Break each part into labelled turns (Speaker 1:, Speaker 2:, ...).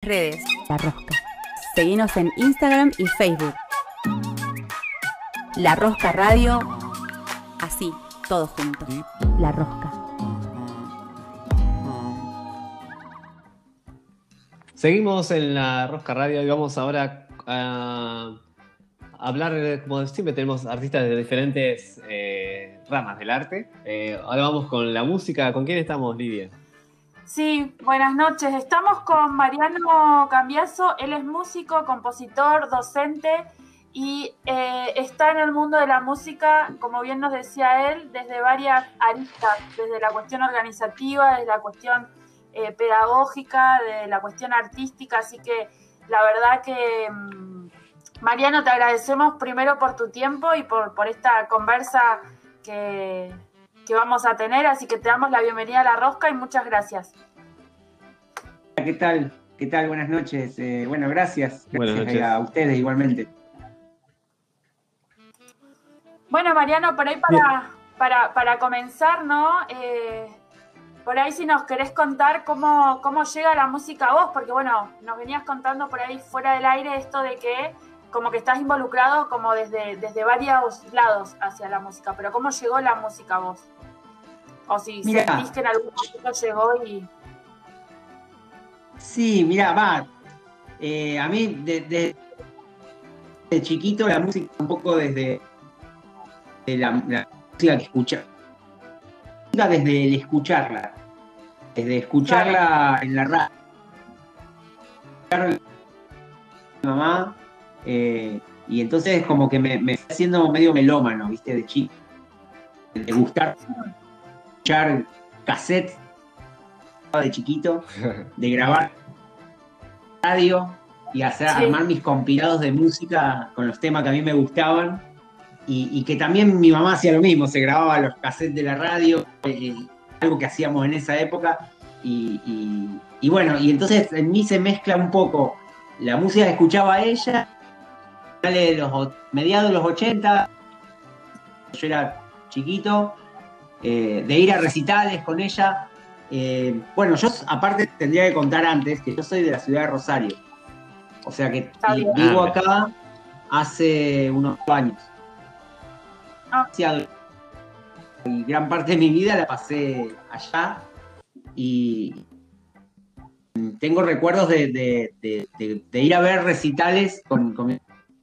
Speaker 1: redes. La Rosca. Seguinos en Instagram y Facebook. La Rosca Radio. Así, todos juntos. La Rosca.
Speaker 2: Seguimos en La Rosca Radio y vamos ahora a hablar, como siempre tenemos artistas de diferentes ramas del arte. Ahora vamos con la música. ¿Con quién estamos, Lidia?
Speaker 3: Sí, buenas noches. Estamos con Mariano Cambiaso. Él es músico, compositor, docente y está en el mundo de la música, como bien nos decía él, desde varias aristas, desde la cuestión organizativa, desde la cuestión pedagógica, de la cuestión artística. Así que la verdad que, Mariano, te agradecemos primero por tu tiempo y por esta conversa que vamos a tener, así que te damos la bienvenida a La Rosca y muchas gracias.
Speaker 4: ¿Qué tal? ¿Qué tal? Buenas noches. Bueno, gracias.
Speaker 2: Buenas
Speaker 4: Gracias
Speaker 2: noches.
Speaker 4: a ustedes igualmente.
Speaker 3: Bueno, Mariano, por ahí para comenzar, ¿no? Por ahí si nos querés contar cómo llega la música a vos, porque bueno, nos venías contando por ahí fuera del aire esto de que como que estás involucrado como desde varios lados hacia la música, pero ¿cómo llegó la música a vos? O si
Speaker 4: Mirá,
Speaker 3: sentís que en algún momento llegó y...
Speaker 4: Sí, mirá, a mí desde chiquito la música, un poco desde la música que escucha, desde el escucharla, en la radio, mi mamá, y entonces como que me fui haciendo medio melómano, ¿viste? De chico, de gustar escuchar cassettes de chiquito, de grabar radio y armar mis compilados de música con los temas que a mí me gustaban, y que también mi mamá hacía lo mismo, se grababa los cassettes de la radio, algo que hacíamos en esa época, y bueno, y entonces en mí se mezcla un poco la música que escuchaba ella, mediados de los 80, yo era chiquito, de ir a recitales con ella. Bueno, yo aparte tendría que contar antes que yo soy de la ciudad de Rosario, o sea que vivo acá hace unos años. Y gran parte de mi vida la pasé allá y tengo recuerdos de ir a ver recitales con mi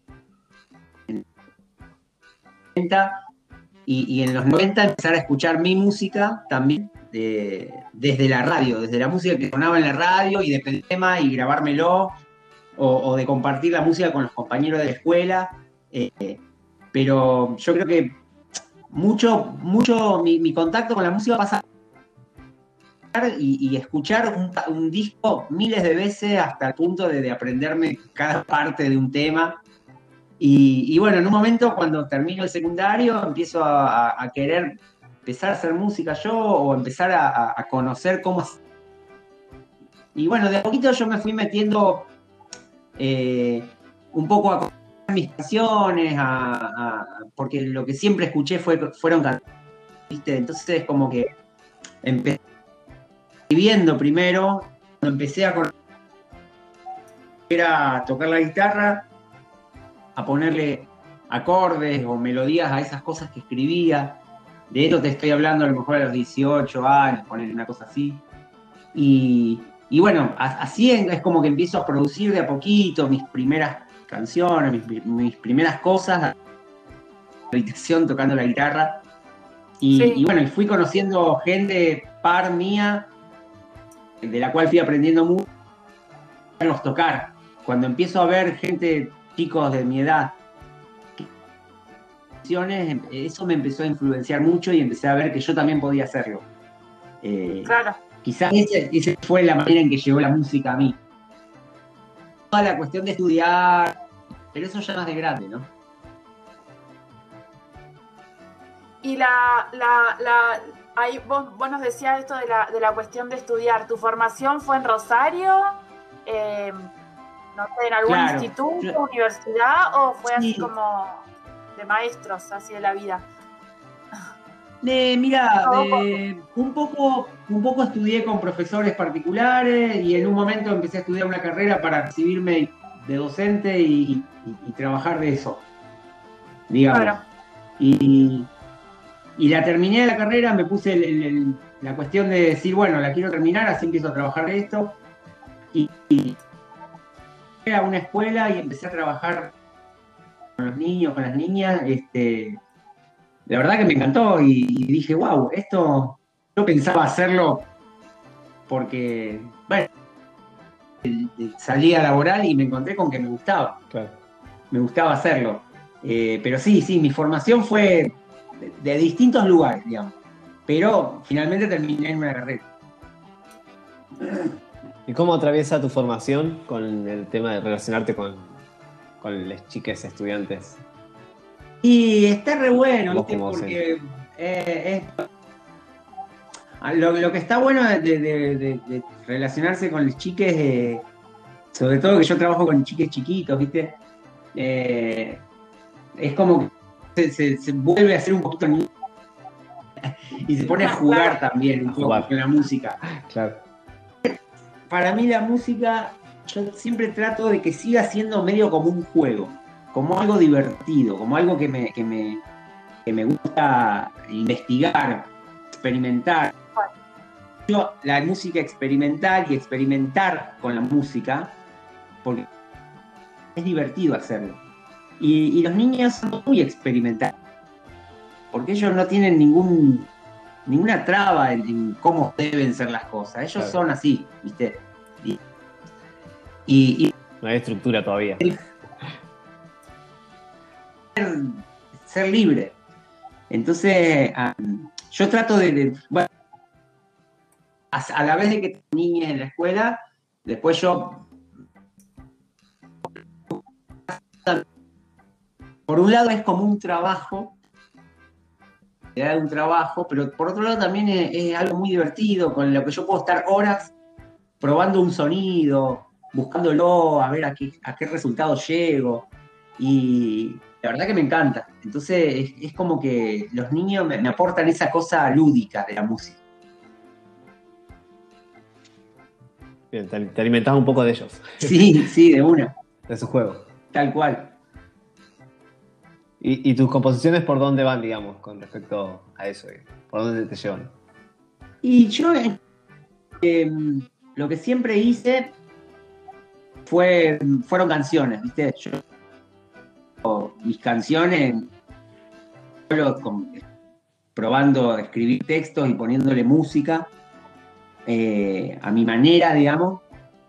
Speaker 4: y en los 90 empezar a escuchar mi música también desde la radio, desde la música que sonaba en la radio y de pedir tema y grabármelo o de compartir la música con los compañeros de la escuela, pero yo creo que mucho mi contacto con la música pasa y escuchar un disco miles de veces hasta el punto de aprenderme cada parte de un tema. Y bueno, en un momento cuando termino el secundario empiezo a querer empezar a hacer música yo o empezar a conocer cómo. Y bueno, de a poquito yo me fui metiendo un poco a conocer mis canciones, porque lo que siempre escuché fueron canciones, ¿viste? Entonces como que empecé escribiendo primero, cuando empecé a tocar la guitarra, a ponerle acordes o melodías a esas cosas que escribía. De esto te estoy hablando a lo mejor a los 18 años, ponerle una cosa así. Y bueno, así es como que empiezo a producir de a poquito mis primeras canciones, mis primeras cosas, en la habitación tocando la guitarra. Y bueno, y fui conociendo gente par mía, de la cual fui aprendiendo mucho a tocar. Cuando empiezo a ver gente, chicos de mi edad, eso me empezó a influenciar mucho y empecé a ver que yo también podía hacerlo.
Speaker 3: Claro.
Speaker 4: Quizás esa fue la manera en que llegó la música a mí. Toda la cuestión de estudiar, pero eso ya más de grande, ¿no?
Speaker 3: Y ahí vos nos decías esto de la cuestión de estudiar. ¿Tu formación fue en Rosario? No sé, ¿en algún instituto, universidad? ¿O fue así como de maestros, así de la vida?
Speaker 4: Mira, un poco estudié con profesores particulares y en un momento empecé a estudiar una carrera para recibirme de docente y trabajar de eso, digamos.
Speaker 3: Claro.
Speaker 4: Y la terminé la carrera, me puse la cuestión de decir, bueno, la quiero terminar, así empiezo a trabajar de esto. Y fui a una escuela y empecé a trabajar con los niños, con las niñas. La verdad que me encantó y dije, wow, esto yo pensaba hacerlo porque, bueno, salí a laboral y me encontré con que me gustaba.
Speaker 2: Claro.
Speaker 4: Me gustaba hacerlo. Pero sí, mi formación fue de distintos lugares, digamos. Pero finalmente terminé en una carrera.
Speaker 2: ¿Y cómo atraviesa tu formación con el tema de relacionarte con las chicas estudiantes?
Speaker 4: Y está re bueno,
Speaker 2: ¿Vos
Speaker 4: ¿viste?
Speaker 2: cómo
Speaker 4: Porque lo que está bueno de relacionarse con los chiques, sobre todo que yo trabajo con chiques chiquitos, ¿viste? Es como que se vuelve a hacer un poquito niño y se pone a jugar también un poco con la música.
Speaker 2: Claro.
Speaker 4: Para mí la música, yo siempre trato de que siga siendo medio como un juego, como algo divertido, como algo que me gusta investigar, experimentar. Yo, la música experimental y experimentar con la música, porque es divertido hacerlo. Y los niños son muy experimentales, porque ellos no tienen ninguna traba en cómo deben ser las cosas. Ellos son así, ¿viste? Y
Speaker 2: no hay estructura todavía.
Speaker 4: Ser libre. Entonces, yo trato bueno, a la vez de que tengo niñas en la escuela, después yo, por un lado es como un trabajo, pero por otro lado también es algo muy divertido, con lo que yo puedo estar horas probando un sonido, buscándolo, a ver a qué resultado llego. Y la verdad que me encanta. Entonces es como que los niños me aportan esa cosa lúdica de la música.
Speaker 2: Bien, te alimentás un poco de ellos.
Speaker 4: Sí, de una.
Speaker 2: De su juego.
Speaker 4: Tal cual.
Speaker 2: ¿Y tus composiciones por dónde van, digamos, con respecto a eso? ¿Por dónde te llevan?
Speaker 4: Y yo lo que siempre hice fueron canciones, ¿viste? Mis canciones, probando a escribir textos y poniéndole música a mi manera, digamos.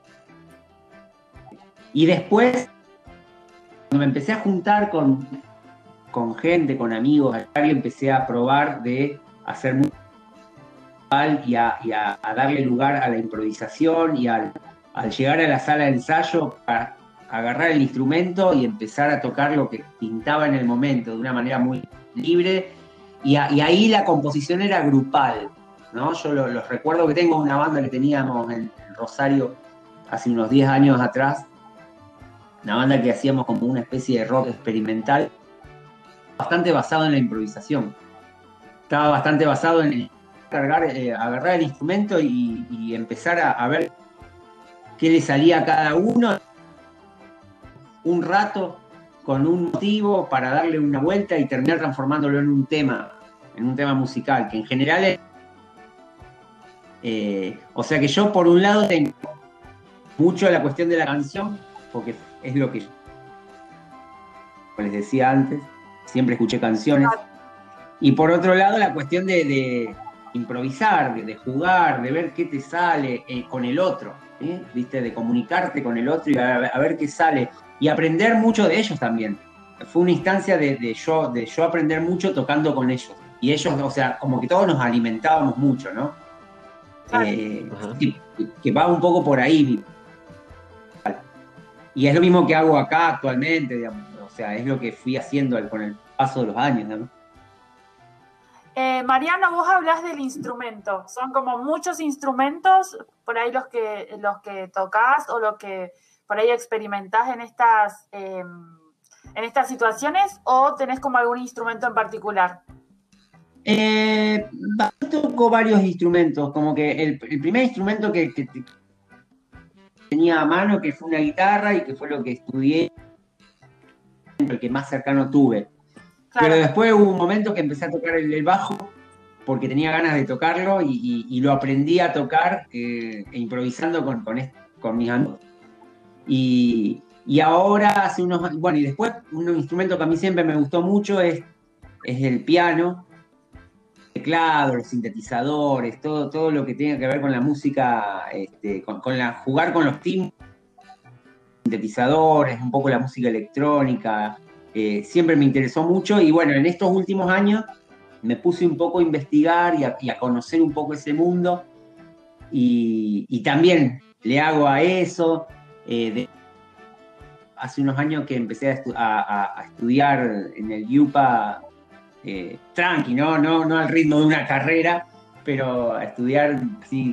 Speaker 4: Y después, cuando me empecé a juntar con gente, con amigos, y empecé a probar de hacer música y a darle lugar a la improvisación y al llegar a la sala de ensayo para agarrar el instrumento y empezar a tocar lo que pintaba en el momento de una manera muy libre y ahí la composición era grupal, ¿no? Yo los recuerdo que tengo una banda que teníamos en Rosario hace unos 10 años atrás, una banda que hacíamos como una especie de rock experimental bastante basado en la improvisación, estaba bastante basado en agarrar el instrumento y empezar a ver qué le salía a cada uno un rato con un motivo para darle una vuelta y terminar transformándolo en un tema musical, que en general o sea que yo por un lado tengo mucho la cuestión de la canción, porque es lo que les decía antes, siempre escuché canciones, y por otro lado la cuestión de improvisar, de jugar, de ver qué te sale con el otro, ¿viste? De comunicarte con el otro y a ver qué sale. Y aprender mucho de ellos también. Fue una instancia de yo aprender mucho tocando con ellos. Y ellos, o sea, como que todos nos alimentábamos mucho, ¿no? Que va un poco por ahí. Y es lo mismo que hago acá actualmente, digamos. O sea, es lo que fui haciendo con el paso de los años, ¿no?
Speaker 3: Mariano, vos hablás del instrumento. Son como muchos instrumentos por ahí los que tocás o lo que por ahí experimentás en estas situaciones, o tenés como algún instrumento en particular.
Speaker 4: Toco varios instrumentos, como que el primer instrumento que tenía a mano, que fue una guitarra y que fue lo que estudié, el que más cercano tuve. Claro. Pero después hubo un momento que empecé a tocar el bajo porque tenía ganas de tocarlo y lo aprendí a tocar improvisando con mis amigos. Y ahora hace y después un instrumento que a mí siempre me gustó mucho es el piano, el teclado, los sintetizadores, todo lo que tenga que ver con la música, jugar con los timbres, sintetizadores, un poco la música electrónica, siempre me interesó mucho y bueno, en estos últimos años me puse un poco a investigar y a conocer un poco ese mundo y también le hago a eso. Hace unos años que empecé a estudiar en el IUPA tranqui, no al ritmo de una carrera, pero a estudiar sí,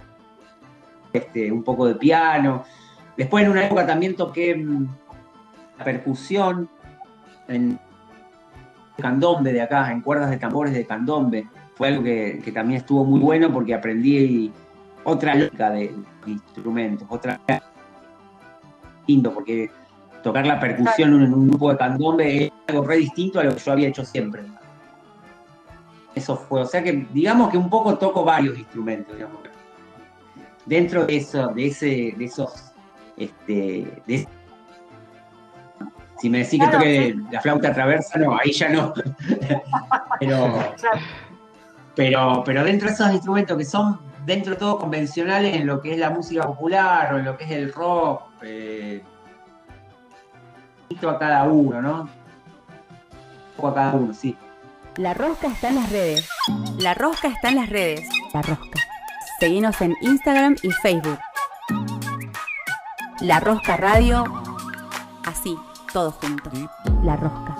Speaker 4: un poco de piano. Después en una época también toqué la percusión en candombe de acá, en cuerdas de tambores de candombe. Fue algo que también estuvo muy bueno porque aprendí otra lógica de instrumentos, otra distinto, porque tocar la percusión en un grupo de candombe es algo re distinto a lo que yo había hecho siempre. Eso fue, o sea que digamos que un poco toco varios instrumentos, digamos. Dentro de esos, si me decís que toque la flauta traversa, no, ahí ya no. pero dentro de esos instrumentos que son dentro de todo convencionales en lo que es la música popular o en lo que es el rock, a cada uno, ¿no? O a cada uno, sí.
Speaker 1: La Rosca está en las redes. La Rosca está en las redes. La Rosca. Seguinos en Instagram y Facebook. La Rosca Radio. Así, todo junto. La Rosca.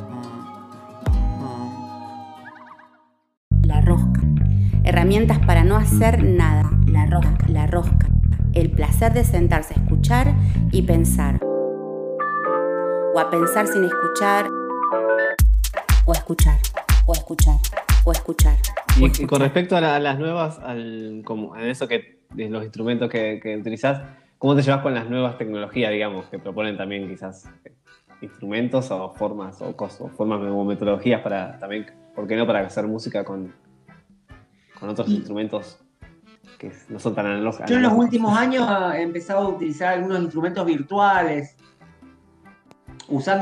Speaker 1: La Rosca. Herramientas para no hacer nada. La Rosca. La Rosca. El placer de sentarse a escuchar y pensar. O a pensar sin escuchar. O a escuchar. O a escuchar. O a escuchar.
Speaker 2: Y con respecto a las nuevas, como en eso de los instrumentos que utilizás, ¿cómo te llevas con las nuevas tecnologías, digamos, que proponen también quizás instrumentos o formas o metodologías para también, ¿por qué no?, para hacer música con otros instrumentos que no son tan analógicos?
Speaker 4: Yo en los últimos años he empezado a utilizar algunos instrumentos virtuales, usando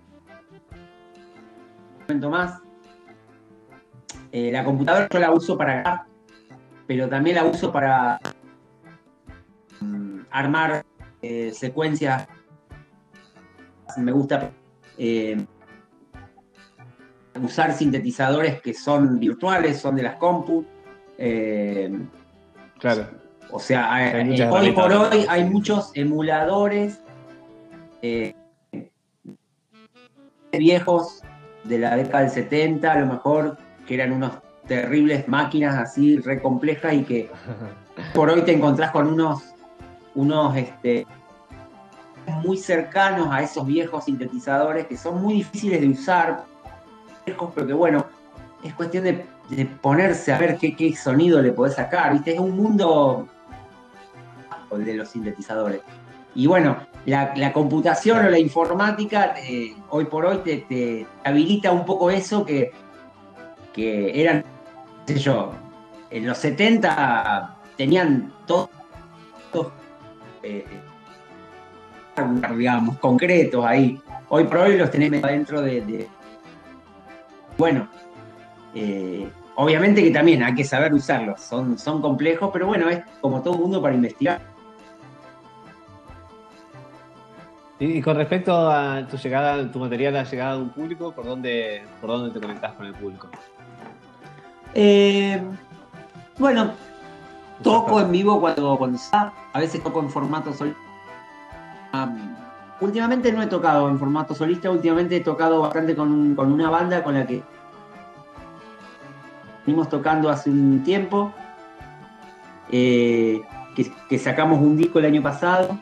Speaker 4: más. La computadora yo la uso para grabar, pero también la uso para armar secuencias. Me gusta usar sintetizadores que son virtuales, son de las compu.
Speaker 2: Claro.
Speaker 4: O sea, hoy por hoy hay muchos emuladores viejos de la década del 70, a lo mejor, que eran unos terribles máquinas así, re complejas, y que por hoy te encontrás con unos muy cercanos a esos viejos sintetizadores que son muy difíciles de usar, pero que bueno, es cuestión de ponerse a ver qué sonido le podés sacar, ¿viste? Es un mundo de los sintetizadores. Y bueno, la computación o la informática hoy por hoy te habilita un poco eso que eran, qué sé yo, en los 70 tenían todos digamos, concretos ahí. Hoy por hoy los tenés dentro de bueno, obviamente que también hay que saber usarlos, son complejos, pero bueno, es como todo mundo para investigar.
Speaker 2: Y con respecto a tu llegada, tu material, la llegada de un público, ¿por dónde te conectás con el público?
Speaker 4: Bueno, toco en vivo cuando está, a veces toco en formato solista. Últimamente no he tocado en formato solista, últimamente he tocado bastante con una banda con la que venimos tocando hace un tiempo, que sacamos un disco el año pasado.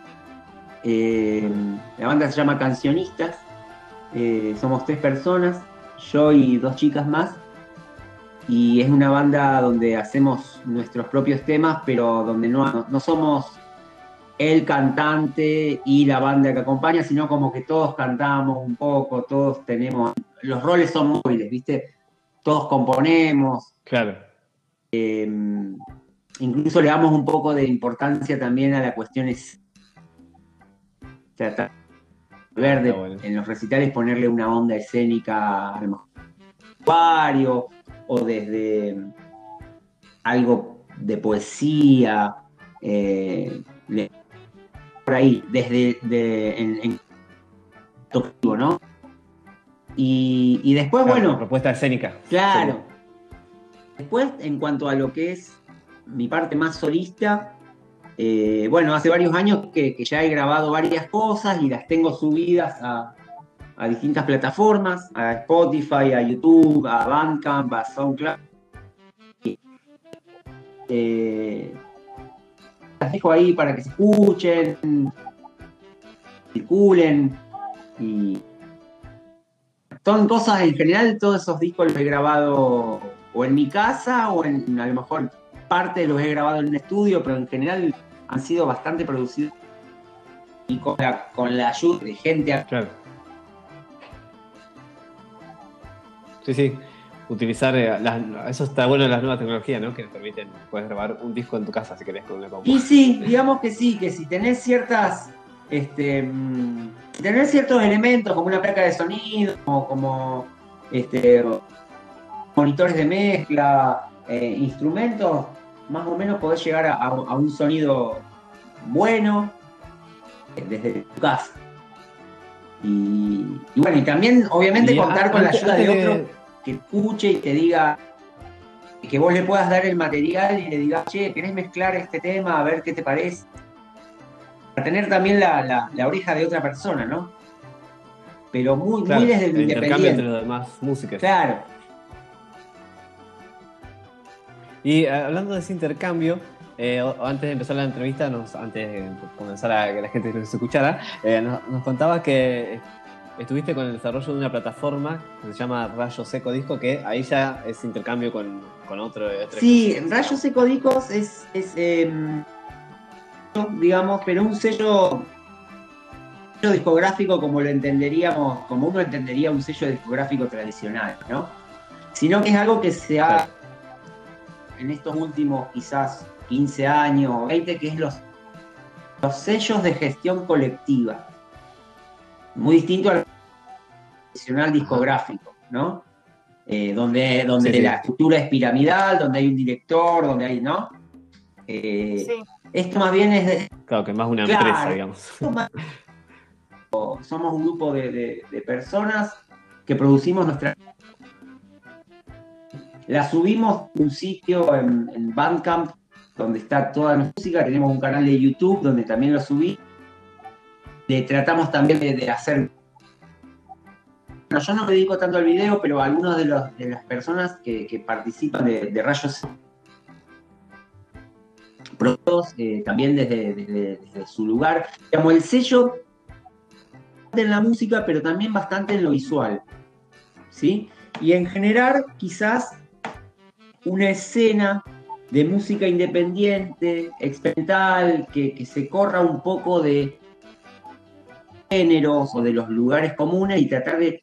Speaker 4: La banda se llama Cancionistas, somos 3 personas, yo y 2 chicas más, y es una banda donde hacemos nuestros propios temas, pero donde no somos el cantante y la banda que acompaña, sino como que todos cantamos un poco, todos tenemos, los roles son móviles, ¿viste? Todos componemos.
Speaker 2: Claro.
Speaker 4: Incluso le damos un poco de importancia también a la cuestión tratar de ver
Speaker 2: bueno.
Speaker 4: en los recitales ponerle una onda escénica a lo mejor usuario, o desde algo de poesía, por ahí, desde en tocativo, ¿no? Y después,
Speaker 2: Claro,
Speaker 4: bueno.
Speaker 2: Propuesta escénica.
Speaker 4: Claro.
Speaker 2: Sí.
Speaker 4: Después, en cuanto a lo que es mi parte más solista, bueno, hace varios años que ya he grabado varias cosas y las tengo subidas a distintas plataformas, a Spotify, a YouTube, a Bandcamp, a SoundCloud. Las dejo ahí para que se escuchen, circulen, y son cosas en general. Todos esos discos los he grabado o en mi casa o a lo mejor parte los he grabado en un estudio, pero en general han sido bastante producidos y con la ayuda de gente.
Speaker 2: Claro. Sí. Utilizar, eso está bueno en las nuevas tecnologías, ¿no? Que te permiten, puedes grabar un disco en tu casa si querés con una computadora.
Speaker 4: Y sí, digamos que sí, que si tenés ciertos elementos como una placa de sonido, como monitores de mezcla, instrumentos, más o menos podés llegar a un sonido bueno desde tu casa. Y bueno, y también obviamente contar con la ayuda de otro que escuche y te diga, que vos le puedas dar el material y le digas, che, ¿querés mezclar este tema? A ver qué te parece. Para tener también la oreja de otra persona, ¿no? Pero muy desde el
Speaker 2: intercambio entre los demás músicos.
Speaker 4: Claro.
Speaker 2: Y hablando de ese intercambio, antes de empezar la entrevista, antes de comenzar a que la gente nos escuchara, nos contabas que estuviste con el desarrollo de una plataforma que se llama Rayo Seco Disco, que ahí ya es intercambio con otro.
Speaker 4: Sí, Rayo Seco Discos es digamos, pero un sello discográfico como uno entendería un sello discográfico tradicional, ¿no? Sino que es algo que se ha en estos últimos quizás 15 años o 20, que es los sellos de gestión colectiva. Muy distinto al tradicional discográfico, ¿no? Donde la estructura es piramidal, donde hay un director, donde hay, ¿no? Esto más bien es
Speaker 2: claro, que más una empresa, digamos.
Speaker 4: Somos un grupo de personas que producimos la subimos a un sitio en Bandcamp, donde está toda la música. Tenemos un canal de YouTube donde también lo subí. Tratamos también de hacer... Bueno, yo no me dedico tanto al video, pero algunos de las personas que participan de Rayos también desde su lugar. Digamos, el sello en la música, pero también bastante en lo visual, ¿sí? Y en generar quizás una escena de música independiente, experimental, que se corra un poco de géneros o de los lugares comunes y tratar de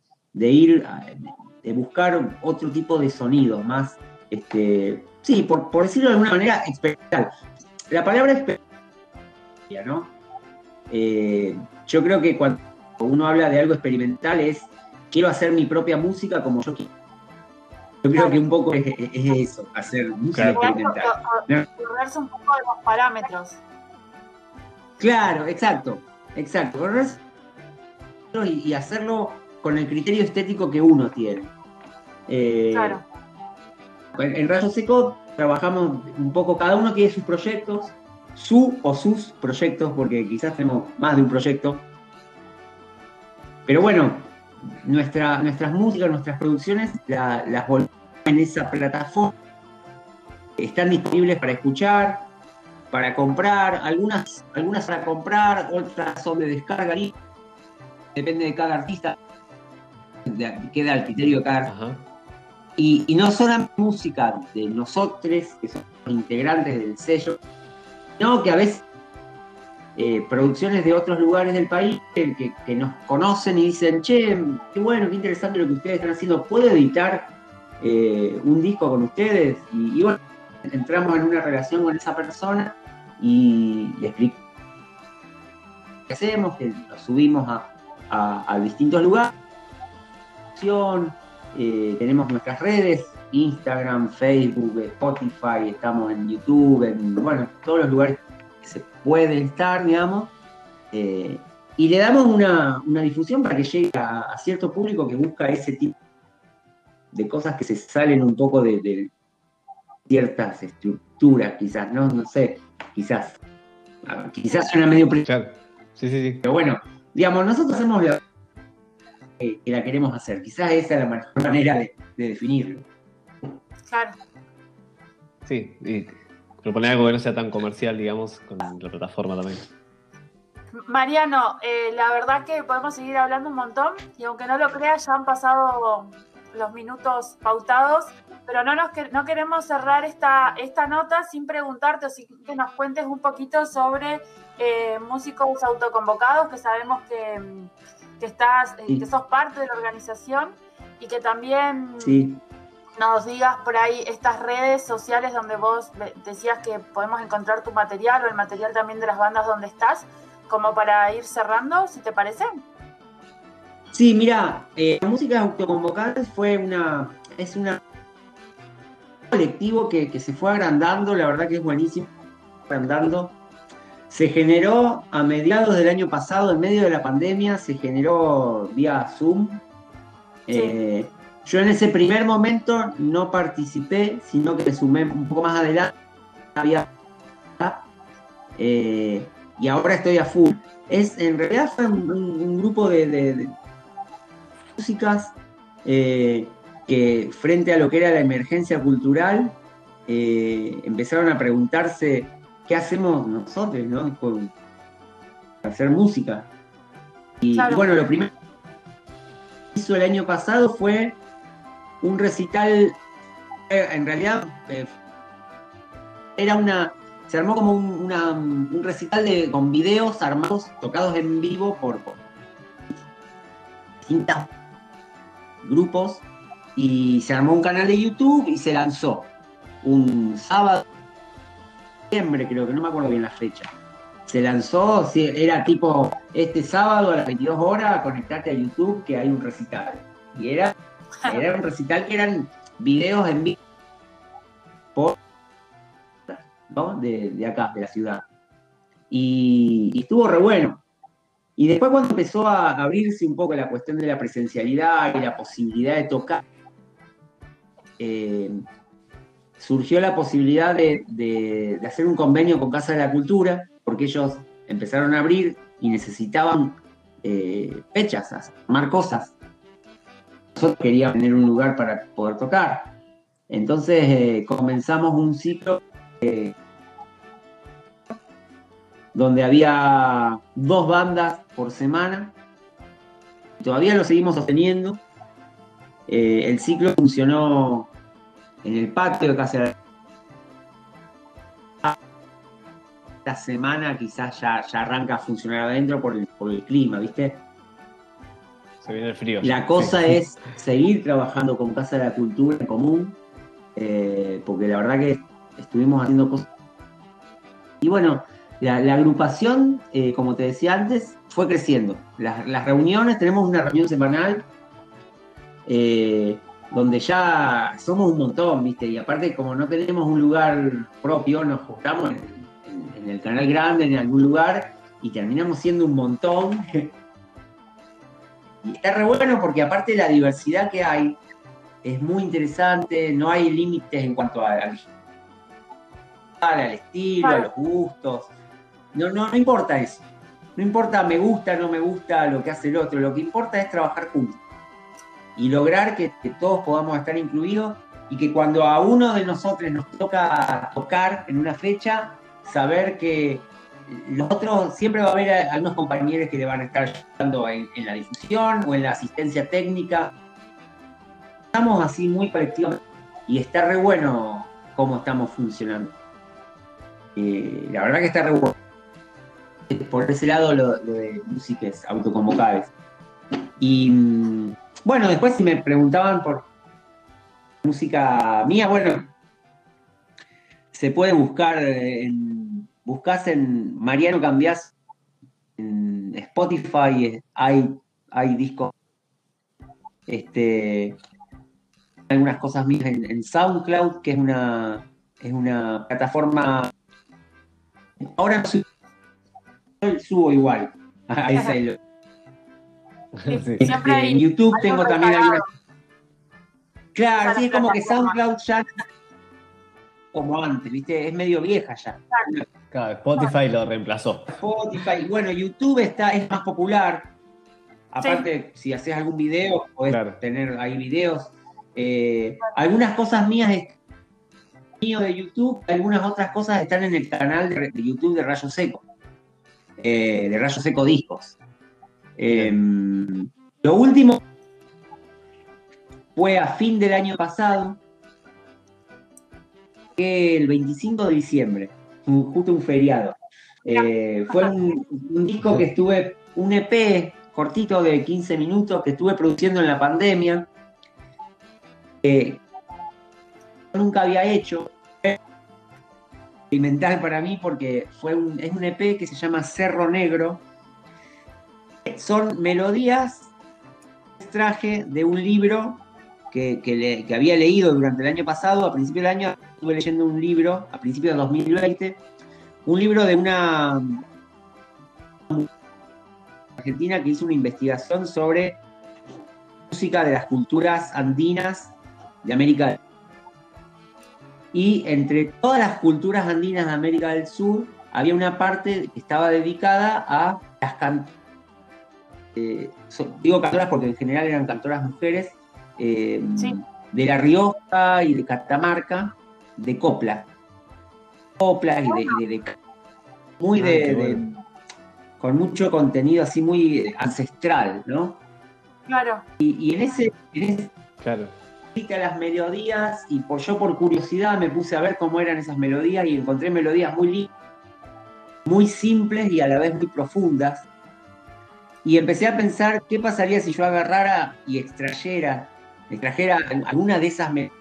Speaker 4: buscar otro tipo de sonidos más, sí, por decirlo de alguna manera, experimental. La palabra experimental, ¿no? Yo creo que cuando uno habla de algo experimental es, quiero hacer mi propia música como yo quiero. Yo creo que un poco es eso, hacer música experimental.
Speaker 3: Correrse un poco de los parámetros.
Speaker 4: Claro, exacto. Correrse y hacerlo con el criterio estético que uno tiene.
Speaker 3: Claro.
Speaker 4: En Rayo Seco trabajamos un poco, cada uno tiene sus proyectos, sus proyectos, porque quizás tenemos más de un proyecto. Pero bueno, nuestras músicas, nuestras producciones las volvemos en esa plataforma. Están disponibles para escuchar, para comprar, algunas para comprar, otras son de descarga libre. Depende de cada artista, queda al criterio de cada artista. Y no solamente música de nosotros, que somos integrantes del sello, sino que a veces producciones de otros lugares del país que nos conocen y dicen, che, qué bueno, qué interesante lo que ustedes están haciendo, ¿puedo editar un disco con ustedes? Y bueno, entramos en una relación con esa persona y le explico qué hacemos, que lo subimos a distintos lugares. Tenemos nuestras redes, Instagram, Facebook, Spotify, estamos en YouTube, en todos los lugares que se puede estar, digamos, y le damos una difusión para que llegue a cierto público que busca ese tipo de cosas que se salen un poco de ciertas estructuras, quizás, no sé, quizás suena medio...
Speaker 2: Claro. Sí.
Speaker 4: Pero bueno, digamos, nosotros hacemos que la queremos hacer. Quizás esa es la mejor manera de definirlo.
Speaker 3: Claro.
Speaker 2: Sí, y proponer algo que no sea tan comercial, digamos, con la plataforma también.
Speaker 3: Mariano, la verdad que podemos seguir hablando un montón y aunque no lo creas ya han pasado los minutos pautados, pero no queremos cerrar esta nota sin preguntarte o sin que nos cuentes un poquito sobre músicos autoconvocados, que sabemos que estás, que sos parte de la organización y que también nos digas por ahí estas redes sociales donde vos decías que podemos encontrar tu material o el material también de las bandas donde estás, como para ir cerrando, si te parece.
Speaker 4: Sí, mira, Músicas Autoconvocadas es un colectivo que se fue agrandando, la verdad que es buenísimo, agrandando. Se generó a mediados del año pasado, en medio de la pandemia, se generó vía Zoom. Sí. Yo en ese primer momento no participé, sino que me sumé un poco más adelante. Y ahora estoy a full. En realidad fue un grupo de músicas que frente a lo que era la emergencia cultural empezaron a preguntarse qué hacemos nosotros, ¿no? Con hacer música. Y bueno, lo primero que hizo el año pasado fue un recital, en realidad se armó como un recital con videos armados, tocados en vivo por distintos grupos, y se armó un canal de YouTube y se lanzó un sábado, creo que no me acuerdo bien la fecha. Se lanzó, era tipo este sábado a las 22 horas, conectarte a YouTube que hay un recital. Y era un recital que eran videos en vivo, ¿no? De acá, de la ciudad. Y estuvo re bueno. Y después cuando empezó a abrirse un poco la cuestión de la presencialidad y la posibilidad de tocar, surgió la posibilidad de hacer un convenio con Casa de la Cultura, porque ellos empezaron a abrir y necesitaban fechas, armar cosas. Nosotros queríamos tener un lugar para poder tocar. Entonces comenzamos un ciclo donde había 2 bandas por semana. Todavía lo seguimos sosteniendo. El ciclo funcionó en el patio de Casa de la semana, quizás ya arranca a funcionar adentro por el clima, ¿viste?
Speaker 2: Se viene el frío.
Speaker 4: La cosa es seguir trabajando con Casa de la Cultura en común, porque la verdad que estuvimos haciendo cosas. Y bueno, la agrupación, como te decía antes, fue creciendo. Las reuniones, tenemos una reunión semanal, donde ya somos un montón, ¿viste? Y aparte, como no tenemos un lugar propio, nos juntamos en el Canal Grande, en algún lugar, y terminamos siendo un montón. Y está re bueno porque aparte la diversidad que hay es muy interesante, no hay límites en cuanto al estilo, a los gustos. No importa eso. No importa me gusta, no me gusta lo que hace el otro. Lo que importa es trabajar juntos y lograr que todos podamos estar incluidos y que cuando a uno de nosotros nos toca tocar en una fecha, saber que los otros siempre va a haber algunos compañeros que le van a estar ayudando en la difusión o en la asistencia técnica. estamos así muy colectivamente y está re bueno cómo estamos funcionando. La verdad que está re bueno. Por ese lado lo de músicas autoconvocables. Y bueno, después si me preguntaban por música mía, bueno, se puede buscar, buscas en Mariano Cambiaso en Spotify, hay discos, algunas cosas mías en SoundCloud, que es una plataforma. Ahora no subo igual a ese.
Speaker 3: Sí, siempre hay
Speaker 4: En YouTube
Speaker 3: algo
Speaker 4: tengo también
Speaker 3: preparado.
Speaker 4: algunas. Claro, sí, es como que SoundCloud ya como antes, ¿viste? Es medio vieja ya.
Speaker 2: Claro, Spotify lo reemplazó.
Speaker 4: Spotify, bueno, YouTube es más popular. Aparte, si haces algún video, podés tener ahí videos. Algunas cosas mías de YouTube, algunas otras cosas están en el canal de YouTube de Rayo Seco. De Rayo Seco Discos. Lo último fue a fin del año pasado, el 25 de diciembre, justo un feriado. Fue un disco que estuve, un EP cortito de 15 minutos que estuve produciendo en la pandemia. Nunca había hecho. Experimental para mí porque es un EP que se llama Cerro Negro. Son melodías que extraje de un libro que había leído durante el año pasado. A principio del año estuve leyendo un libro, a principios de 2020, un libro de una argentina que hizo una investigación sobre música de las culturas andinas de América del Sur. Y entre todas las culturas andinas de América del Sur había una parte que estaba dedicada a las cantoras. Digo cantoras porque en general eran cantoras mujeres,
Speaker 3: Sí.
Speaker 4: de La Rioja y de Catamarca, de copla. Coplas y de muy
Speaker 2: bueno.
Speaker 4: con mucho contenido así muy ancestral, ¿no?
Speaker 3: Claro.
Speaker 4: Y en ese
Speaker 2: Claro.
Speaker 4: a las melodías, y yo por curiosidad me puse a ver cómo eran esas melodías y encontré melodías muy lindas, muy simples y a la vez muy profundas. Y empecé a pensar qué pasaría si yo agarrara y extrajera alguna de esas melodías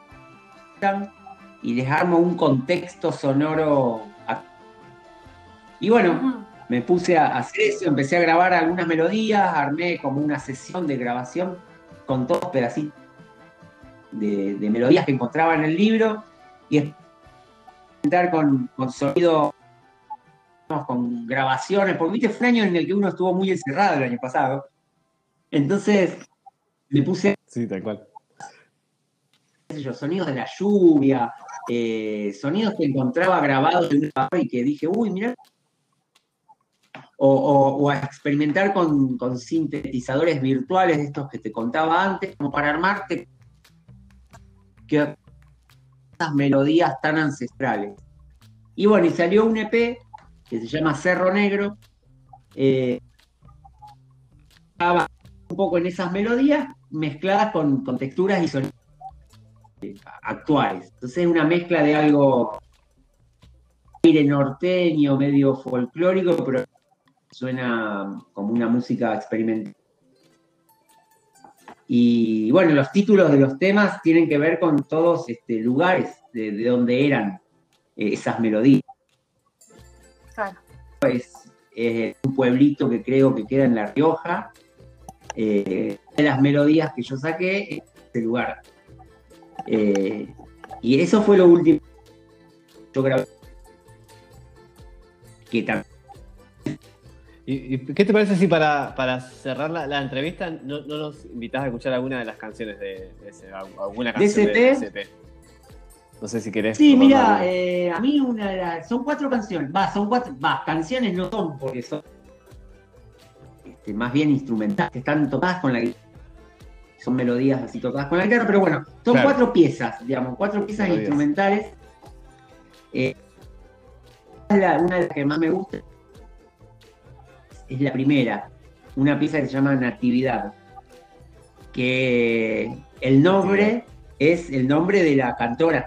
Speaker 4: y les armo un contexto sonoro. Y bueno, me puse a hacer eso, empecé a grabar algunas melodías, armé como una sesión de grabación con todos pedacitos de melodías que encontraba en el libro y experimentar con sonido, con grabaciones, porque viste, fue un año en el que uno estuvo muy encerrado el año pasado. Entonces me puse,
Speaker 2: Sí, tal cual.
Speaker 4: qué sé yo, sonidos de la lluvia, sonidos que encontraba grabados en una y que dije, uy, mirá. O a experimentar con sintetizadores virtuales de estos que te contaba antes, como para armarte que esas melodías tan ancestrales. Y bueno, y salió un EP que se llama Cerro Negro. Estaba un poco en esas melodías mezcladas con texturas y sonidos actuales. Entonces es una mezcla de algo aire norteño, medio folclórico, pero suena como una música experimental. Y bueno, los títulos de los temas tienen que ver con todos lugares de donde eran esas melodías.
Speaker 3: Claro.
Speaker 4: Es un pueblito que creo que queda en La Rioja. De las melodías que yo saqué en ese lugar. Y eso fue lo último que yo grabé. Que también.
Speaker 2: ¿Y qué te parece si para cerrar la entrevista no nos invitás a escuchar alguna de las canciones de alguna canción
Speaker 4: ¿De
Speaker 2: de
Speaker 4: ese
Speaker 2: ese EP? No sé si querés.
Speaker 4: Sí, mira, a mí son 4 canciones. Son 4, canciones no son, porque son más bien instrumentales, que están tocadas con la guitarra. Son melodías así tocadas con la guitarra, pero bueno, son 4 piezas, digamos, 4 piezas instrumentales. Una de las que más me gusta es la primera, una pieza que se llama Natividad, que el nombre es el nombre de la cantora.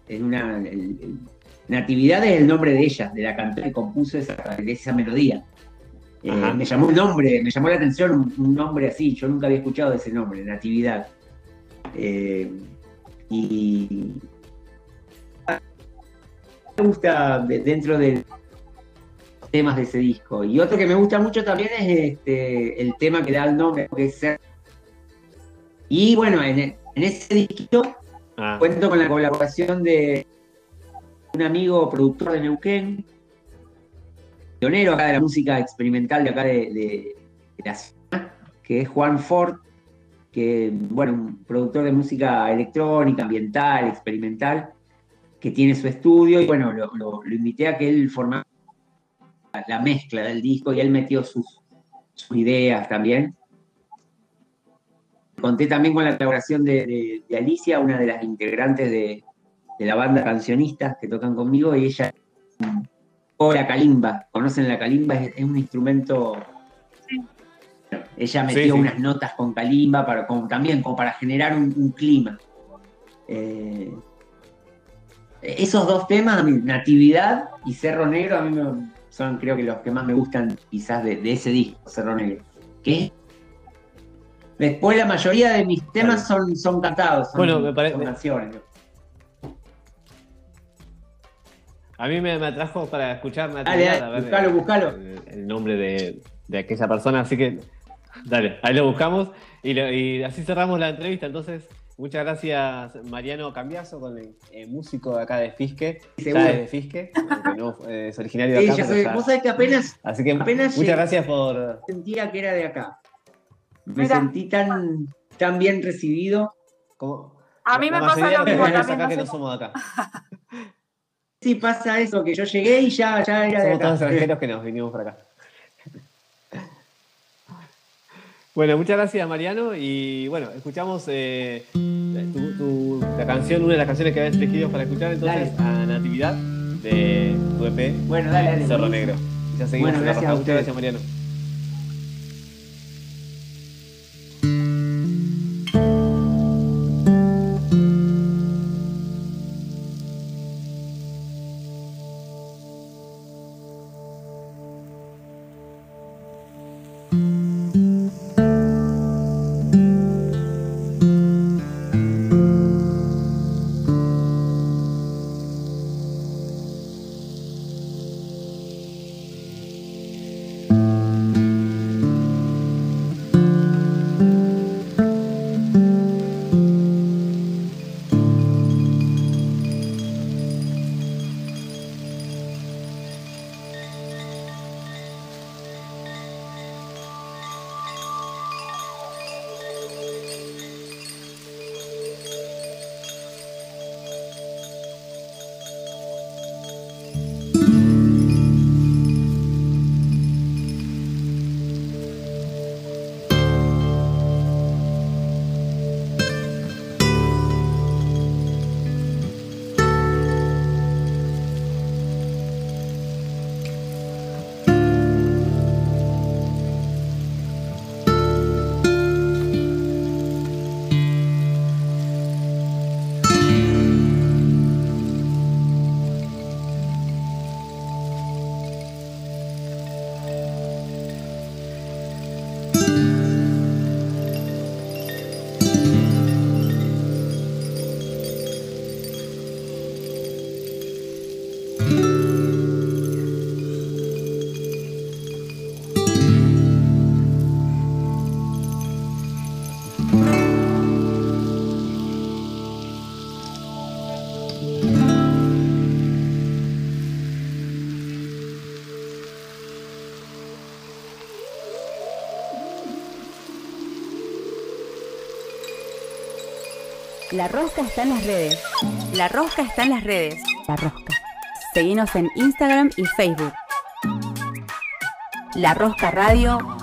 Speaker 4: Natividad es el nombre de ella, de la cantora que compuso esa melodía. Me llamó la atención un nombre así. Yo nunca había escuchado ese nombre, Natividad. Y me gusta dentro de los temas de ese disco. Y otro que me gusta mucho también es el tema que da el nombre, que es Ser. Y bueno, en ese disco cuento con la colaboración de un amigo productor de Neuquén, pionero acá de la música experimental de acá de la ciudad, que es Juan Ford, que, bueno, un productor de música electrónica, ambiental, experimental, que tiene su estudio, y bueno, lo invité a que él formara la mezcla del disco, y él metió sus ideas también. Conté también con la colaboración de Alicia, una de las integrantes de la banda Cancionistas que tocan conmigo, y ella la calimba. ¿Conocen la calimba? Es un instrumento. Sí. Ella metió unas notas con calimba también como para generar un clima. Esos dos temas, Natividad y Cerro Negro, a mí son, creo que, los que más me gustan quizás de ese disco, Cerro Negro. ¿Qué? Después la mayoría de mis temas son cantados, son canciones.
Speaker 2: A mí me atrajo para escuchar Natividad.
Speaker 4: Dale, buscalo.
Speaker 2: El nombre de aquella persona, así que dale, ahí lo buscamos y así cerramos la entrevista. Entonces, muchas gracias, Mariano Cambiaso, con el músico de acá de Fisque. Ya es de Fisque, aunque no es originario de acá.
Speaker 4: Vos sabés que
Speaker 2: así que muchas gracias por...
Speaker 4: Sentía que era de acá. Me sentí tan bien recibido.
Speaker 2: ¿Cómo?
Speaker 3: A mí me pasa lo mismo también.
Speaker 2: Acá que no somos de acá.
Speaker 4: Sí, pasa eso, que yo llegué y ya era de acá.
Speaker 2: Somos todos extranjeros que nos vinimos para acá. Bueno, muchas gracias, Mariano. Y bueno, escuchamos la canción, una de las canciones que habías elegido para escuchar, entonces, a Natividad, de tu EP.
Speaker 4: Bueno, dale.
Speaker 2: Cerro Negro. Ya seguimos.
Speaker 4: Bueno, gracias a ustedes.
Speaker 2: Muchas gracias, Mariano.
Speaker 1: La Rosca está en las redes. La Rosca está en las redes. La Rosca. Seguinos en Instagram y Facebook. La Rosca Radio